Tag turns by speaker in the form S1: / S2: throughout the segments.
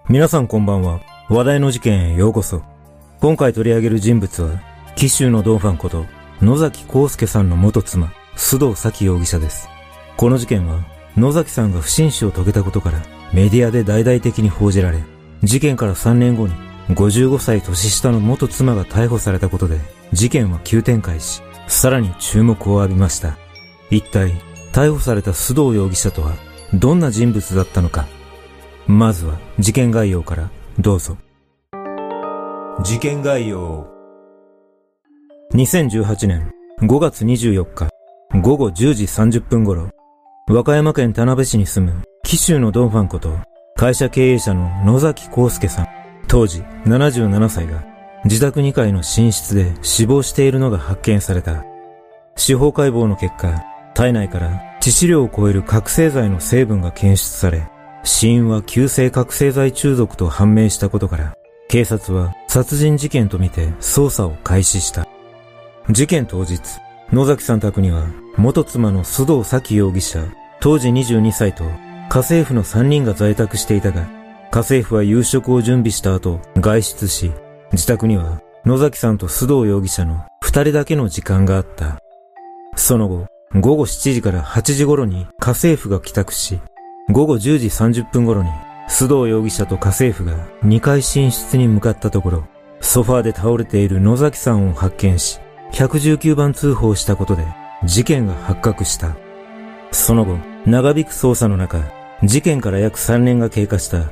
S1: 皆さんこんばんは。話題の事件へようこそ。今回取り上げる人物は、紀州のドンファンこと野崎幸助さんの元妻、須藤早貴容疑者です。この事件は、野崎さんが不審死を遂げたことからメディアで大々的に報じられ、事件から3年後に55歳年下の元妻が逮捕されたことで、事件は急展開し、さらに注目を浴びました。一体、逮捕された須藤容疑者とはどんな人物だったのか。まずは事件概要からどうぞ。事件概要。2018年5月24日午後10時30分頃、和歌山県田辺市に住む紀州のドンファンこと会社経営者の野崎幸助さん、当時77歳が自宅2階の寝室で死亡しているのが発見された。司法解剖の結果、体内から致死量を超える覚醒剤の成分が検出され、死因は急性覚醒剤中毒と判明したことから、警察は殺人事件とみて捜査を開始した。事件当日、野崎さん宅には元妻の須藤早貴容疑者、当時22歳と家政婦の3人が在宅していたが、家政婦は夕食を準備した後外出し、自宅には野崎さんと須藤容疑者の2人だけの時間があった。その後、午後7時から8時頃に家政婦が帰宅し、午後10時30分頃に須藤容疑者と家政婦が2階寝室に向かったところ、ソファーで倒れている野崎さんを発見し、119番通報したことで事件が発覚した。その後、長引く捜査の中、事件から約3年が経過した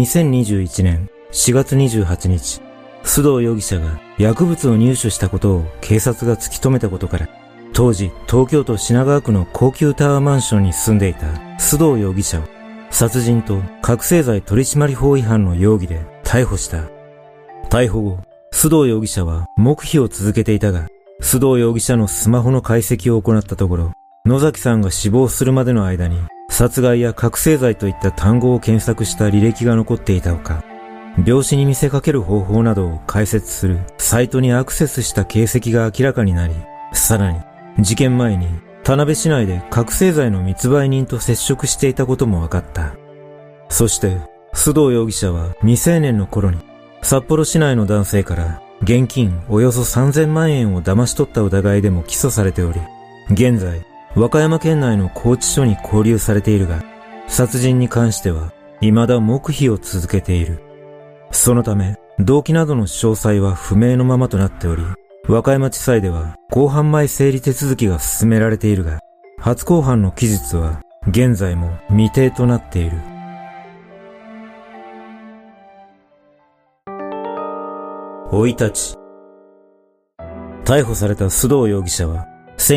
S1: 2021年4月28日、須藤容疑者が薬物を入手したことを警察が突き止めたことから、当時東京都品川区の高級タワーマンションに住んでいた須藤容疑者を殺人と覚醒剤取締法違反の容疑で逮捕した。逮捕後、須藤容疑者は黙秘を続けていたが、須藤容疑者のスマホの解析を行ったところ、野崎さんが死亡するまでの間に殺害や覚醒剤といった単語を検索した履歴が残っていたほか、病死に見せかける方法などを解説するサイトにアクセスした形跡が明らかになり、さらに事件前に田辺市内で覚醒剤の密売人と接触していたことも分かった。そして須藤容疑者は未成年の頃に札幌市内の男性から現金およそ3000万円を騙し取った疑いでも起訴されており、現在和歌山県内の拘置所に勾留されているが、殺人に関しては未だ黙秘を続けている。そのため動機などの詳細は不明のままとなっており、和歌山地裁では公判前整理手続きが進められているが、初公判の期日は現在も未定となっている。生い立ち。逮捕された須藤容疑者は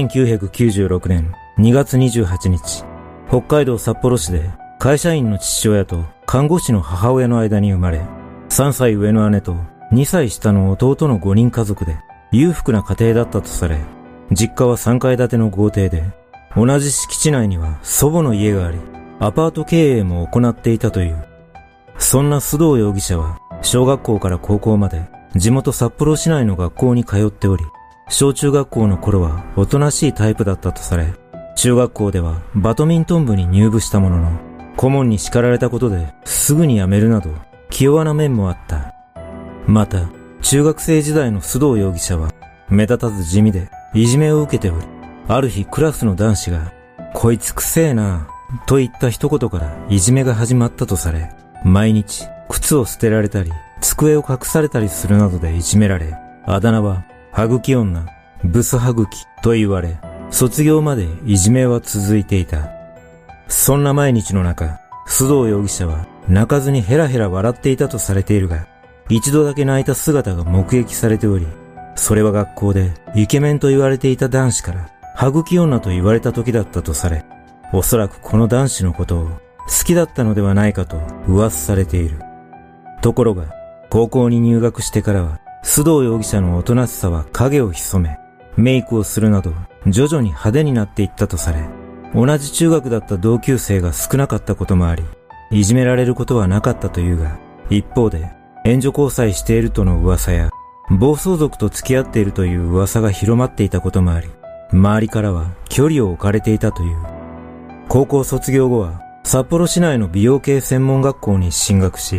S1: 1996年2月28日、北海道札幌市で会社員の父親と看護師の母親の間に生まれ、3歳上の姉と2歳下の弟の5人家族で裕福な家庭だったとされ、実家は3階建ての豪邸で、同じ敷地内には祖母の家があり、アパート経営も行っていたという。そんな須藤容疑者は、小学校から高校まで地元札幌市内の学校に通っており、小中学校の頃はおとなしいタイプだったとされ、中学校ではバドミントン部に入部したものの、顧問に叱られたことですぐに辞めるなど、気弱な面もあった。また、中学生時代の須藤容疑者は目立たず地味でいじめを受けており、ある日クラスの男子がこいつくせえなと言った一言からいじめが始まったとされ、毎日靴を捨てられたり机を隠されたりするなどでいじめられ、あだ名ははぐき女、ブスはぐきと言われ、卒業までいじめは続いていた。そんな毎日の中、須藤容疑者は泣かずにヘラヘラ笑っていたとされているが、一度だけ泣いた姿が目撃されており、それは学校でイケメンと言われていた男子からはぐき女と言われた時だったとされ、おそらくこの男子のことを好きだったのではないかと噂されている。ところが、高校に入学してからは須藤容疑者のおとなしさは影を潜め、メイクをするなど徐々に派手になっていったとされ、同じ中学だった同級生が少なかったこともあり、いじめられることはなかったというが、一方で援助交際しているとの噂や、暴走族と付き合っているという噂が広まっていたこともあり、周りからは距離を置かれていたという。高校卒業後は札幌市内の美容系専門学校に進学し、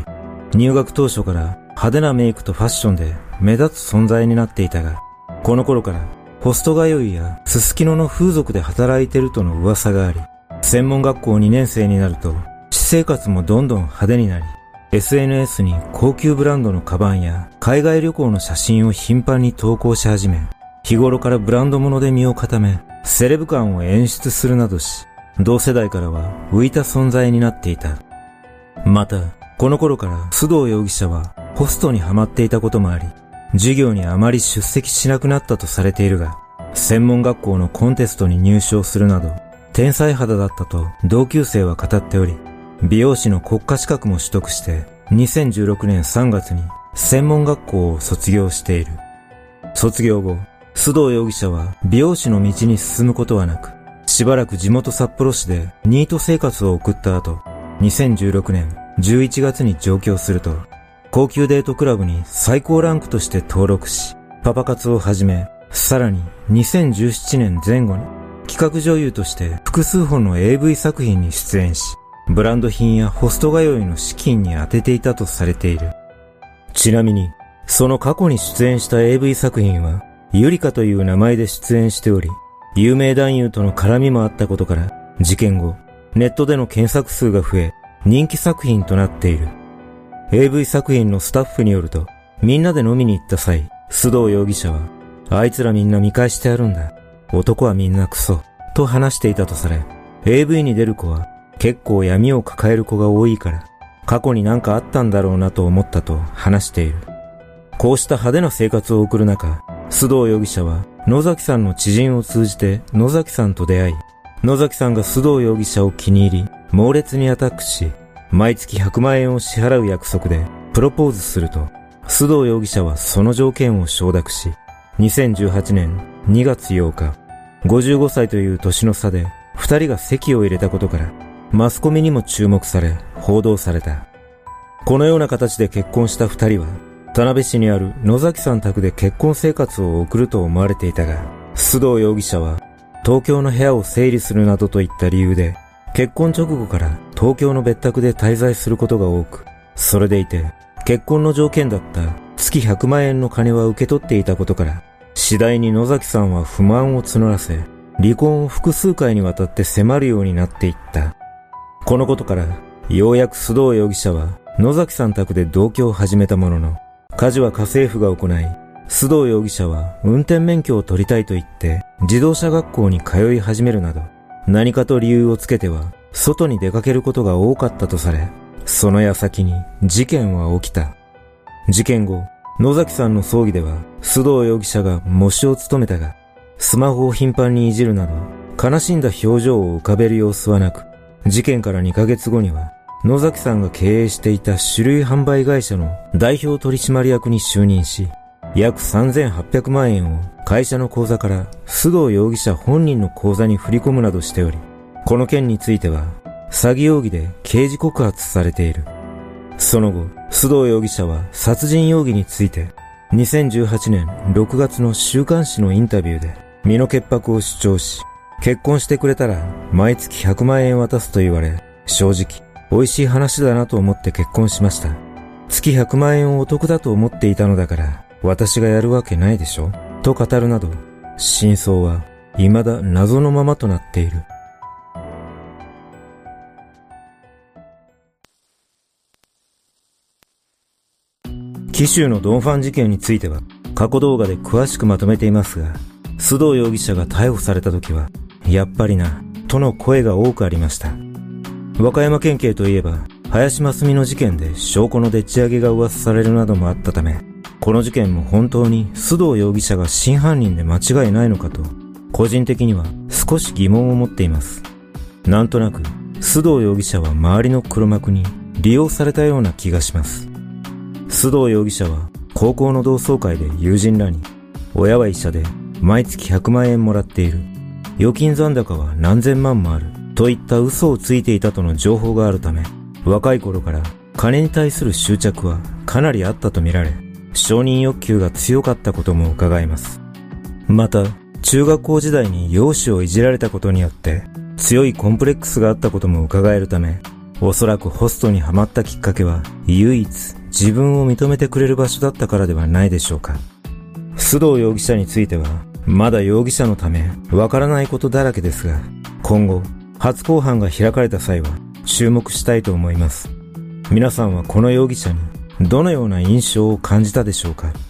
S1: 入学当初から派手なメイクとファッションで目立つ存在になっていたが、この頃からホスト通いやすすきのの風俗で働いてるとの噂があり、専門学校2年生になると私生活もどんどん派手になり、SNS に高級ブランドのカバンや海外旅行の写真を頻繁に投稿し始め、日頃からブランド物で身を固め、セレブ感を演出するなどし、同世代からは浮いた存在になっていた。また、この頃から須藤容疑者はホストにハマっていたこともあり、授業にあまり出席しなくなったとされているが、専門学校のコンテストに入賞するなど、天才肌だったと同級生は語っており、美容師の国家資格も取得して、2016年3月に専門学校を卒業している。卒業後、須藤容疑者は美容師の道に進むことはなく、しばらく地元札幌市でニート生活を送った後、2016年11月に上京すると、高級デートクラブに最高ランクとして登録し、パパ活を始め、さらに2017年前後に企画女優として複数本の AV 作品に出演し、ブランド品やホスト通いの資金に充てていたとされている。ちなみに、その過去に出演した AV 作品は、ユリカという名前で出演しており、有名男優との絡みもあったことから、事件後、ネットでの検索数が増え、人気作品となっている。AV 作品のスタッフによると、みんなで飲みに行った際、須藤容疑者は、あいつらみんな見返してやるんだ。男はみんなクソ。と話していたとされ、AV に出る子は、結構闇を抱える子が多いから、過去になんかあったんだろうなと思ったと話している。こうした派手な生活を送る中、須藤容疑者は野崎さんの知人を通じて野崎さんと出会い、野崎さんが須藤容疑者を気に入り、猛烈にアタックし、毎月100万円を支払う約束でプロポーズすると、須藤容疑者はその条件を承諾し、2018年2月8日、55歳という年の差で2人が籍を入れたことから、マスコミにも注目され、報道された。このような形で結婚した2人は、田辺市にある野崎さん宅で結婚生活を送ると思われていたが、須藤容疑者は、東京の部屋を整理するなどといった理由で、結婚直後から東京の別宅で滞在することが多く、それでいて、結婚の条件だった月100万円の金は受け取っていたことから、次第に野崎さんは不満を募らせ、離婚を複数回にわたって迫るようになっていった。このことから、ようやく須藤容疑者は野崎さん宅で同居を始めたものの、家事は家政婦が行い、須藤容疑者は運転免許を取りたいと言って自動車学校に通い始めるなど、何かと理由をつけては外に出かけることが多かったとされ、その矢先に事件は起きた。事件後、野崎さんの葬儀では須藤容疑者が喪主を務めたが、スマホを頻繁にいじるなど悲しんだ表情を浮かべる様子はなく、事件から2ヶ月後には野崎さんが経営していた酒類販売会社の代表取締役に就任し、約3800万円を会社の口座から須藤容疑者本人の口座に振り込むなどしており、この件については詐欺容疑で刑事告発されている。その後、須藤容疑者は殺人容疑について2018年6月の週刊誌のインタビューで身の潔白を主張し、結婚してくれたら毎月100万円渡すと言われ、正直美味しい話だなと思って結婚しました。月100万円をお得だと思っていたのだから私がやるわけないでしょと語るなど、真相は未だ謎のままとなっている。紀州のドンファン事件については過去動画で詳しくまとめていますが、須藤容疑者が逮捕された時はやっぱりなとの声が多くありました。和歌山県警といえば林真澄の事件で証拠のでっち上げが噂されるなどもあったため、この事件も本当に須藤容疑者が真犯人で間違いないのかと、個人的には少し疑問を持っています。なんとなく須藤容疑者は周りの黒幕に利用されたような気がします。須藤容疑者は高校の同窓会で友人らに、親は医者で毎月100万円もらっている、預金残高は何千万もあるといった嘘をついていたとの情報があるため、若い頃から金に対する執着はかなりあったとみられ、承認欲求が強かったことも伺えます。また、中学校時代に容姿をいじられたことによって強いコンプレックスがあったことも伺えるため、 おそらくホストにはまったきっかけは、唯一自分を認めてくれる場所だったからではないでしょうか。須藤容疑者については、まだ容疑者のためわからないことだらけですが、今後、初公判が開かれた際は注目したいと思います。皆さんはこの容疑者にどのような印象を感じたでしょうか。